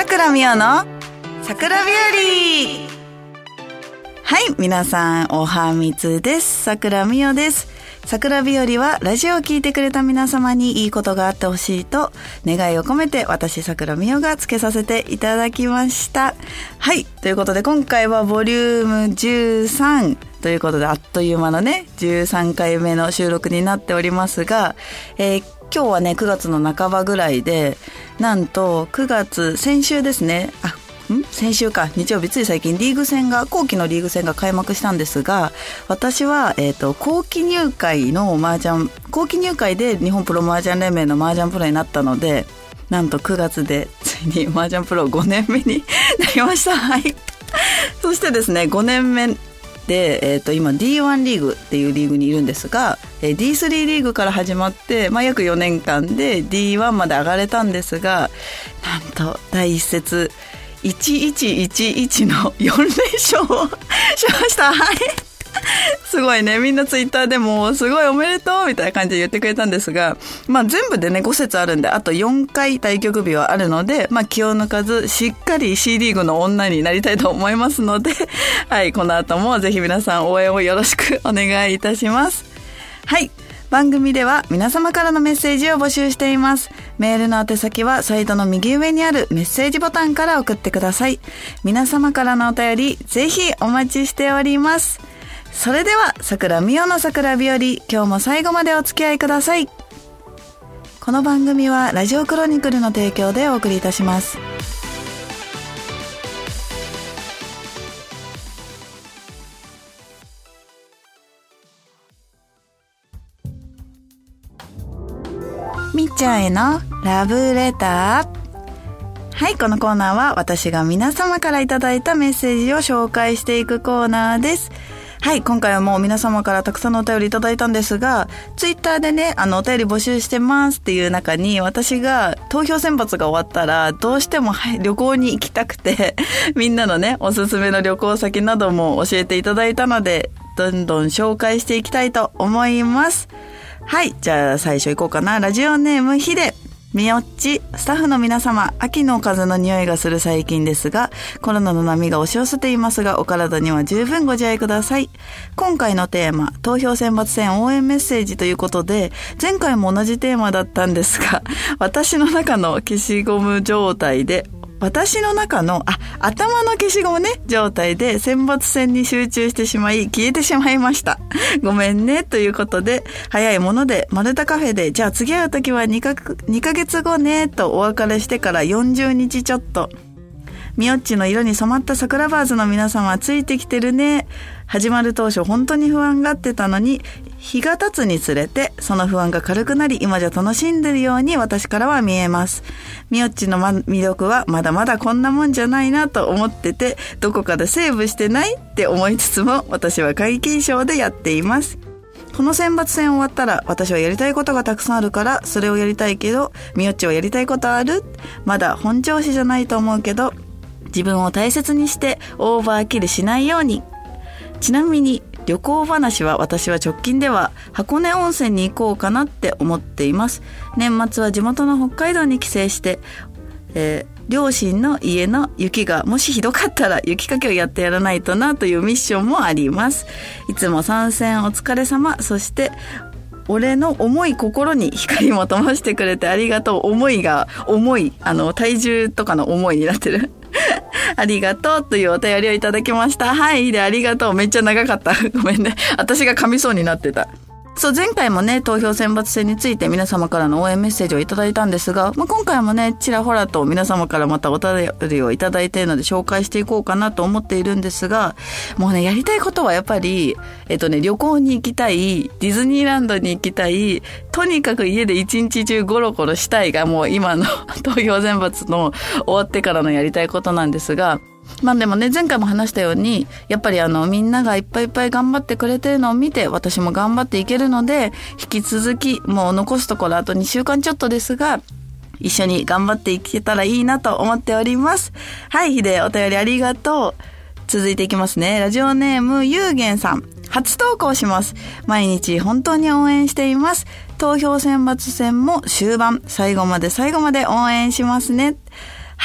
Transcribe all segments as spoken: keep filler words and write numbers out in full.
桜美代の桜日和。はい、皆さんおはみつです。桜美代です。桜日和はラジオを聞いてくれた皆様にいいことがあってほしいと願いを込めて私桜美代がつけさせていただきました。はい、ということで今回はボリュームじゅうさんということであっという間のねじゅうさんかいめの収録になっておりますが、えー、今日はねくがつの半ばぐらいで、なんとくがつ先週ですね、あん先週か日曜日、つい最近リーグ戦が後期のリーグ戦が開幕したんですが、私は、えーと、後期入会の麻雀後期入会で日本プロ麻雀連盟の麻雀プロになったので、なんとくがつでついに麻雀プロごねんめになりました。はいそしてですねごねんめで、えーと、今 ディーワン リーグっていうリーグにいるんですが、えー、ディースリー リーグから始まって、まあ、約よねんかんで ディーワン まで上がれたんですが、なんと第一節いちいちいちいちのよんれんしょうをしました。はいすごいね、みんなツイッターでもすごいおめでとうみたいな感じで言ってくれたんですが、まあ全部でねごせつあるんで、あとよんかい対局日はあるので、まあ気を抜かずしっかり C リーグの女になりたいと思いますのではい、この後もぜひ皆さん応援をよろしくお願いいたします。はい、番組では皆様からのメッセージを募集しています。メールの宛先はサイトの右上にあるメッセージボタンから送ってください。皆様からのお便りぜひお待ちしております。それでは桜美代の桜日和、今日も最後までお付き合いください。この番組はラジオクロニクルの提供でお送りいたします。みっちゃんへのラブレター。はい、このコーナーは私が皆様からいただいたメッセージを紹介していくコーナーです。はい、今回はもう皆様からたくさんのお便りいただいたんですが、ツイッターでね、あのお便り募集してますっていう中に、私が投票選抜が終わったらどうしても、はい、旅行に行きたくてみんなのねおすすめの旅行先なども教えていただいたので、どんどん紹介していきたいと思います。はい、じゃあ最初行こうかな。ラジオネームひで。みよっち、スタッフの皆様、秋の風の匂いがする最近ですが、コロナの波が押し寄せていますが、お体には十分ご自愛ください。今回のテーマ、投票選抜戦応援メッセージということで、前回も同じテーマだったんですが、私の中の消しゴム状態で、私の中のあ頭の消しゴムね状態で選抜戦に集中してしまい消えてしまいました。ごめんねということで、早いものでマルタカフェでじゃあ次会う時は 2, かにかげつごねとお別れしてからよんじゅうにちちょっと。みよっちの色に染まった桜バーズの皆様ついてきてるね。始まる当初本当に不安がってたのに、日が経つにつれてその不安が軽くなり、今じゃ楽しんでるように私からは見えます。みよっちの魅力はまだまだこんなもんじゃないなと思ってて、どこかでセーブしてないって思いつつも、私は皆勤賞でやっています。この選抜戦終わったら私はやりたいことがたくさんあるからそれをやりたいけど、みよっちはやりたいことある？まだ本調子じゃないと思うけど、自分を大切にしてオーバーキルしないように。ちなみに旅行話は、私は直近では箱根温泉に行こうかなって思っています。年末は地元の北海道に帰省して、えー、両親の家の雪がもしひどかったら雪かきをやってやらないとなというミッションもあります。いつも参戦お疲れ様。そして俺の重い心に光も灯してくれてありがとう。思いが重い、あの体重とかの重いになってるありがとうというお便りをいただきました。はい、でありがとう。めっちゃ長かったごめんね、私が噛みそうになってた。そう、前回もね投票選抜戦について皆様からの応援メッセージをいただいたんですが、まあ、今回もねちらほらと皆様からまたお便りをいただいているので紹介していこうかなと思っているんですが、もうねやりたいことはやっぱりえっとね旅行に行きたい、ディズニーランドに行きたい、とにかく家で一日中ゴロゴロしたいがもう今の投票選抜の終わってからのやりたいことなんですが、まあでもね前回も話したように、やっぱりあのみんながいっぱいいっぱい頑張ってくれてるのを見て私も頑張っていけるので、引き続きもう残すところあとにしゅうかんちょっとですが一緒に頑張っていけたらいいなと思っております。はい、ひでお便りありがとう。続いていきますね。ラジオネームゆうげんさん、初投稿します。毎日本当に応援しています。投票選抜戦も終盤、最後まで最後まで応援しますね。はい、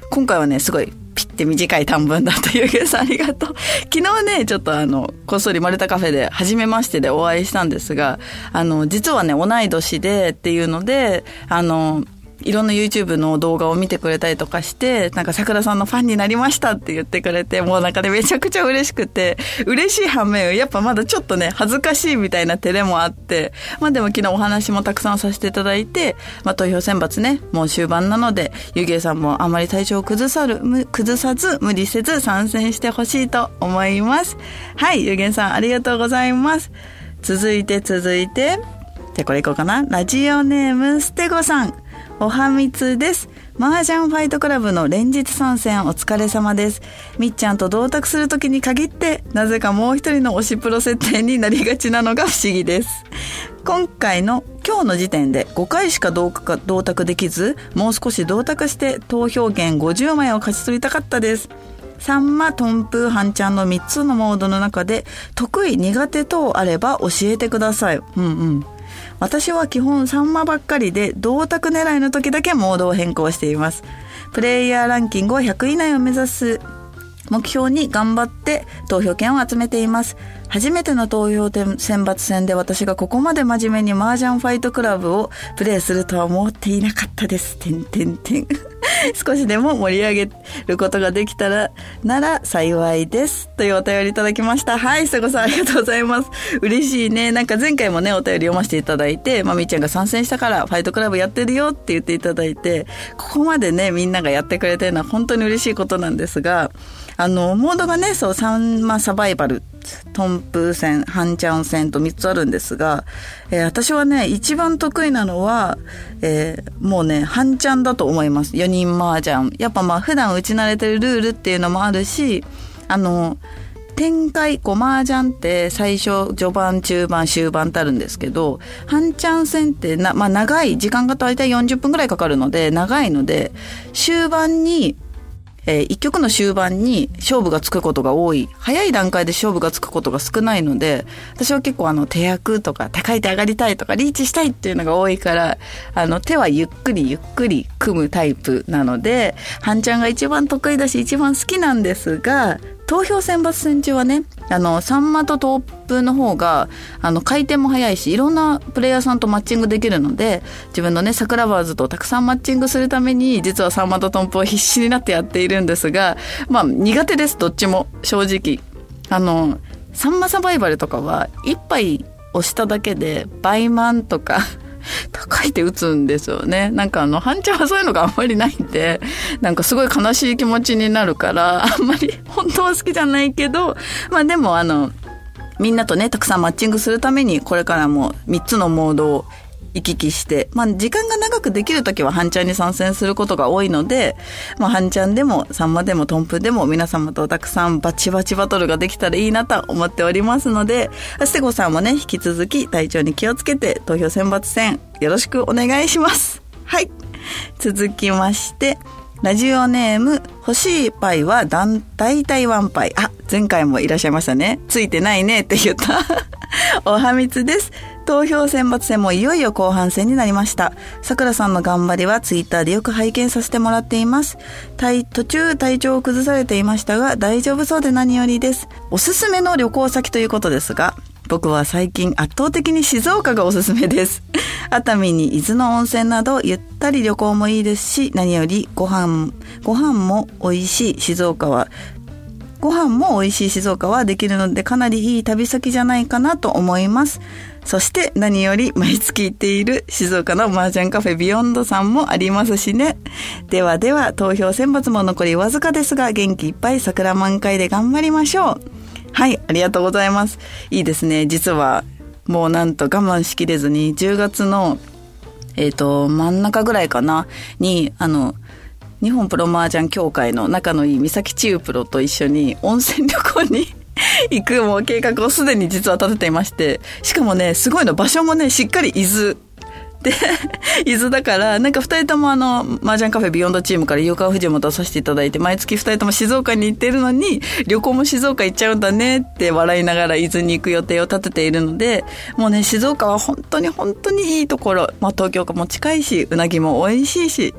今回はねすごいピッて短い短文だったゆうげいさんありがとう。昨日ねちょっとあのこっそりマルタカフェで初めましてでお会いしたんですが、あの実はね同い年でっていうので、あのいろんな YouTube の動画を見てくれたりとかして、なんか桜さんのファンになりましたって言ってくれて、もうなんかねめちゃくちゃ嬉しくて、嬉しい反面やっぱまだちょっとね恥ずかしいみたいな照れもあって、まあでも昨日お話もたくさんさせていただいて、まあ投票選抜ねもう終盤なので、ゆうげいさんもあまり体調を崩さる崩さず無理せず参戦してほしいと思います。はい、ゆうげいさんありがとうございます。続いて続いてじゃあこれいこうかな。ラジオネームステゴさん、おはみつです。麻雀ファイトクラブの連日参戦お疲れ様です。みっちゃんと同卓するときに限ってなぜかもう一人の推しプロ設定になりがちなのが不思議です。今回の今日の時点でごかいしか同卓同卓できず、もう少し同卓して投票権ごじゅうまいを勝ち取りたかったです。サンマ、トンプー、ハンちゃんのみっつのモードの中で得意苦手等あれば教えてください。うんうん。私は基本サンマばっかりで、同卓狙いの時だけモードを変更しています。プレイヤーランキングをひゃく以内を目指す目標に頑張って投票権を集めています。初めての投票選抜戦で私がここまで真面目に麻雀ファイトクラブをプレイするとは思っていなかったです。てんてんてん少しでも盛り上げることができたらなら幸いですというお便りいただきました。はい、さこさんありがとうございます。嬉しいね。なんか前回もねお便り読ませていただいて、まあ、みーちゃんが参戦したからファイトクラブやってるよって言っていただいて、ここまでねみんながやってくれてるのは本当に嬉しいことなんですが、あのモードがねそうサンマサバイバル、トンプー戦、ハンチャン戦とみっつあるんですが、えー、私はね一番得意なのは、えー、もうねハンチャンだと思います。よにん麻雀やっぱまあ普段打ち慣れてるルールっていうのもあるし、あの展開こう麻雀って最初序盤中盤終盤ってあるんですけど、ハンチャン戦ってな、まあ、長い時間が大体よんじゅっぷんぐらいかかるので長いので、終盤にえー、一局の終盤に勝負がつくことが多い、早い段階で勝負がつくことが少ないので、私は結構あの手役とか高い手上がりたいとかリーチしたいっていうのが多いから、あの手はゆっくりゆっくり組むタイプなので、ハンちゃんが一番得意だし一番好きなんですが、投票選抜戦中はね、あのサンマとトップの方があの回転も早いし、いろんなプレイヤーさんとマッチングできるので、自分のね桜バーズとたくさんマッチングするために実はサンマとトップを必死になってやっているんですが、まあ苦手です、どっちも正直。あのサンマサバイバルとかは一杯押しただけで倍満とか高い手打つんですよね。なんかあのハンチャンはそういうのがあんまりないんで、なんかすごい悲しい気持ちになるから、あんまり本当は好きじゃないけど、まあでもあのみんなとねたくさんマッチングするためにこれからもみっつのモードを行き来して、まあ時間が長くできるときはハンチャンに参戦することが多いので、まあハンチャンでもサンマでもトンプでも皆様とたくさんバチバチバトルができたらいいなと思っておりますので、ステゴさんもね引き続き体調に気をつけて投票選抜戦よろしくお願いします。はい、続きましてラジオネーム欲しいパイは大体ワンパイ。あ、前回もいらっしゃいましたね。ついてないねって言ったおはみつです。投票選抜戦もいよいよ後半戦になりました。さくらさんの頑張りはツイッターでよく拝見させてもらっています。途中体調を崩されていましたが大丈夫そうで何よりです。おすすめの旅行先ということですが、僕は最近圧倒的に静岡がおすすめです。熱海に伊豆の温泉などゆったり旅行もいいですし、何よりご飯ご飯も美味しい静岡はご飯も美味しい静岡はできるので、かなりいい旅先じゃないかなと思います。そして何より毎月行っている静岡の麻雀カフェビヨンドさんもありますしね。ではでは投票選抜も残りわずかですが、元気いっぱい桜満開で頑張りましょう。はい、ありがとうございます。いいですね。実はもうなんと我慢しきれずにじゅうがつのえっと真ん中ぐらいかなに、あの日本プロ麻雀協会の仲のいい三崎千代プロと一緒に温泉旅行に行くもう計画をすでに実は立てていまして、しかもねすごいの、場所もねしっかり伊豆で伊豆だから、なんかふたりともあの麻雀カフェビヨンドチームから夕刊富士も出させていただいて、毎月ふたりとも静岡に行ってるのに旅行も静岡行っちゃうんだねって笑いながら伊豆に行く予定を立てているので、もうね静岡は本当に本当にいいところ、まあ、東京も近いしうなぎも美味しいし、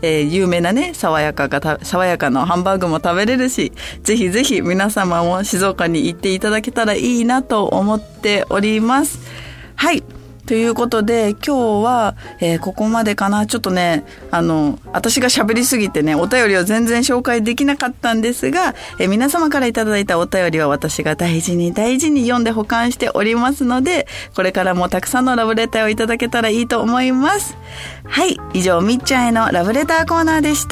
えー、有名なね、爽やかが爽やかのハンバーグも食べれるし、ぜひぜひ皆様も静岡に行っていただけたらいいなと思っております。はい。ということで今日は、えー、ここまでかな。ちょっとね、あの私が喋りすぎてね、お便りを全然紹介できなかったんですが、えー、皆様からいただいたお便りは私が大事に大事に読んで保管しておりますので、これからもたくさんのラブレターをいただけたらいいと思います。はい、以上みっちゃんへのラブレターコーナーでした。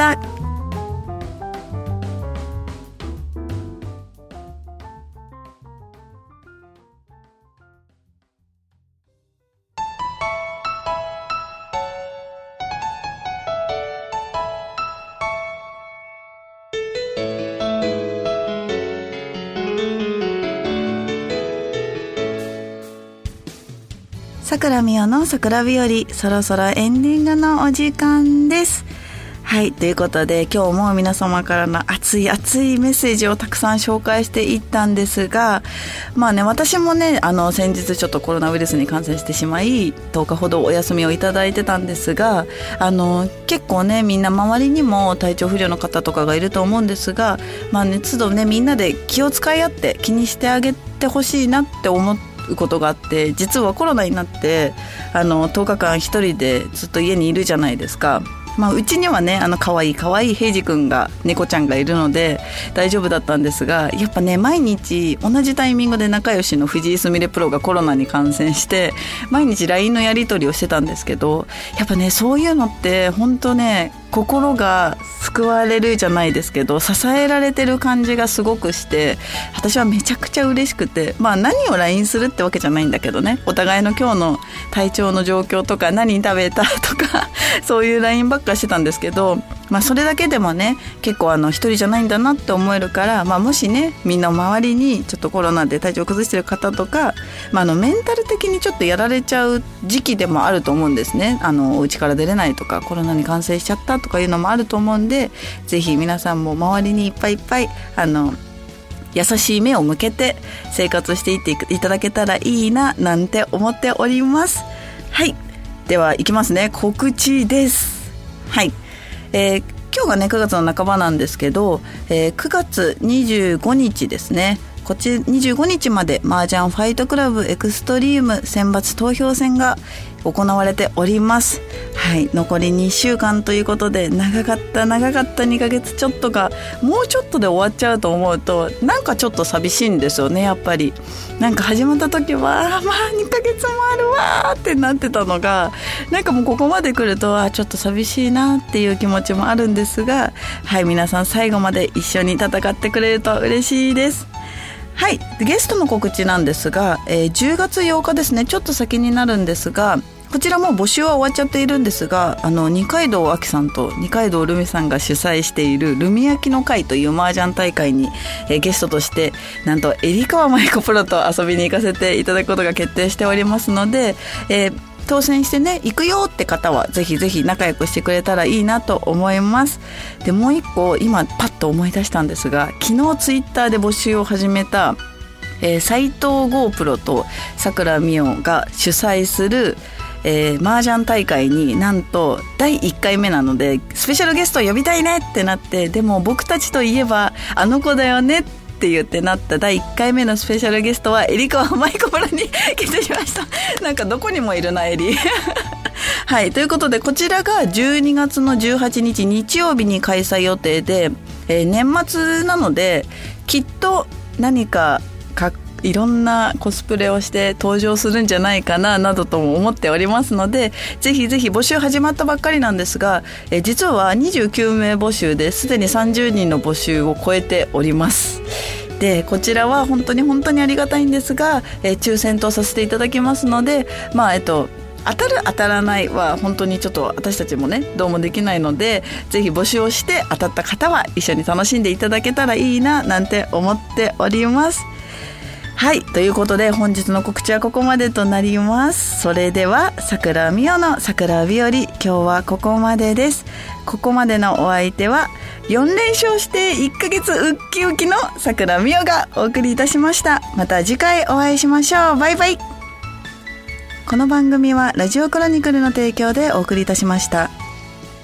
桜美代の桜日和、そろそろエンディングのお時間です。はい、ということで今日も皆様からの熱い熱いメッセージをたくさん紹介していったんですが、まあね、私もね、あの先日ちょっとコロナウイルスに感染してしまいとおかほどお休みをいただいてたんですが、あの結構ね、みんな周りにも体調不良の方とかがいると思うんですが、まあね、都度ね、みんなで気を使い合って気にしてあげてほしいなって思ってことがあって、実はコロナになってあのとおかかん一人でずっと家にいるじゃないですか。まあ、うちにはね、あの可愛い可愛い平次くんが、猫ちゃんがいるので大丈夫だったんですが、やっぱね、毎日同じタイミングで仲良しの藤井すみれプロがコロナに感染して毎日 ライン のやり取りをしてたんですけど、やっぱね、そういうのって本当ね、心が救われるじゃないですけど、支えられてる感じがすごくして、私はめちゃくちゃ嬉しくて、まあ何を ライン するってわけじゃないんだけどね、お互いの今日の体調の状況とか、何食べたとかそういう ライン ばっかしてたんですけど、まあそれだけでもね、結構あの一人じゃないんだなって思えるから、まあもしね、みんな周りにちょっとコロナで体調崩してる方とか、まああのメンタル的にちょっとやられちゃう時期でもあると思うんですね。あのお家から出れないとか、コロナに感染しちゃったとかいうのもあると思うんで、ぜひ皆さんも周りにいっぱいいっぱいあの優しい目を向けて生活していっていただけたらいいななんて思っております。はい、ではいきますね。告知です。はい、えー、今日がねくがつの半ばなんですけど、えー、くがつにじゅうごにちですね、こっちにじゅうごにちまで麻雀ファイトクラブエクストリーム選抜投票戦が行われております。はい、残りにしゅうかんということで、長かった長かったにかげつちょっとがもうちょっとで終わっちゃうと思うと、なんかちょっと寂しいんですよね。やっぱりなんか始まった時はあまあにかげつもあるわってなってたのが、なんかもうここまで来るとあちょっと寂しいなっていう気持ちもあるんですが、はい、皆さん最後まで一緒に戦ってくれると嬉しいです。はい、ゲストの告知なんですが、えー、じゅうがつようかですね、ちょっと先になるんですが、こちらも募集は終わっちゃっているんですが、あの二階堂あきさんと二階堂ルミさんが主催しているルミ焼きの会という麻雀大会に、えー、ゲストとしてなんと入川舞子プロと遊びに行かせていただくことが決定しておりますので、えー当選してね、行くよって方はぜひぜひ仲良くしてくれたらいいなと思います。でもう一個今パッと思い出したんですが、昨日ツイッターで募集を始めた、えー、斉藤剛プロと桜美代が主催するえー、麻雀大会になんとだいいっかいめなのでスペシャルゲストを呼びたいねってなって、でも僕たちといえばあの子だよねって言ってなっただいいっかいめのスペシャルゲストは入川舞子プロに決定しました。なんかどこにもいるなエリはい、ということでこちらがじゅうにがつのじゅうはちにち日曜日に開催予定で、えー、年末なのできっと何かかいろんなコスプレをして登場するんじゃないかななどとも思っておりますので、ぜひぜひ募集始まったばっかりなんですが、え実はにじゅうきゅうめい募集ですでにさんじゅうにんの募集を超えております。でこちらは本当に本当にありがたいんですが、え抽選とさせていただきますので、まあえっと当たる当たらないは本当にちょっと私たちもねどうもできないので、ぜひ募集をして当たった方は一緒に楽しんでいただけたらいいななんて思っております。はい、ということで本日の告知はここまでとなります。それでは桜美代の桜日和、今日はここまでです。ここまでのお相手はよんれんしょうしていっかげつウッキウキの桜美代がお送りいたしました。また次回お会いしましょう。バイバイ。この番組はラジオクロニクルの提供でお送りいたしました。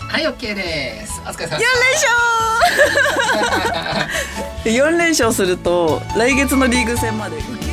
はい、OK です。お疲れ様です。 よん連勝よん連勝すると来月のリーグ戦まで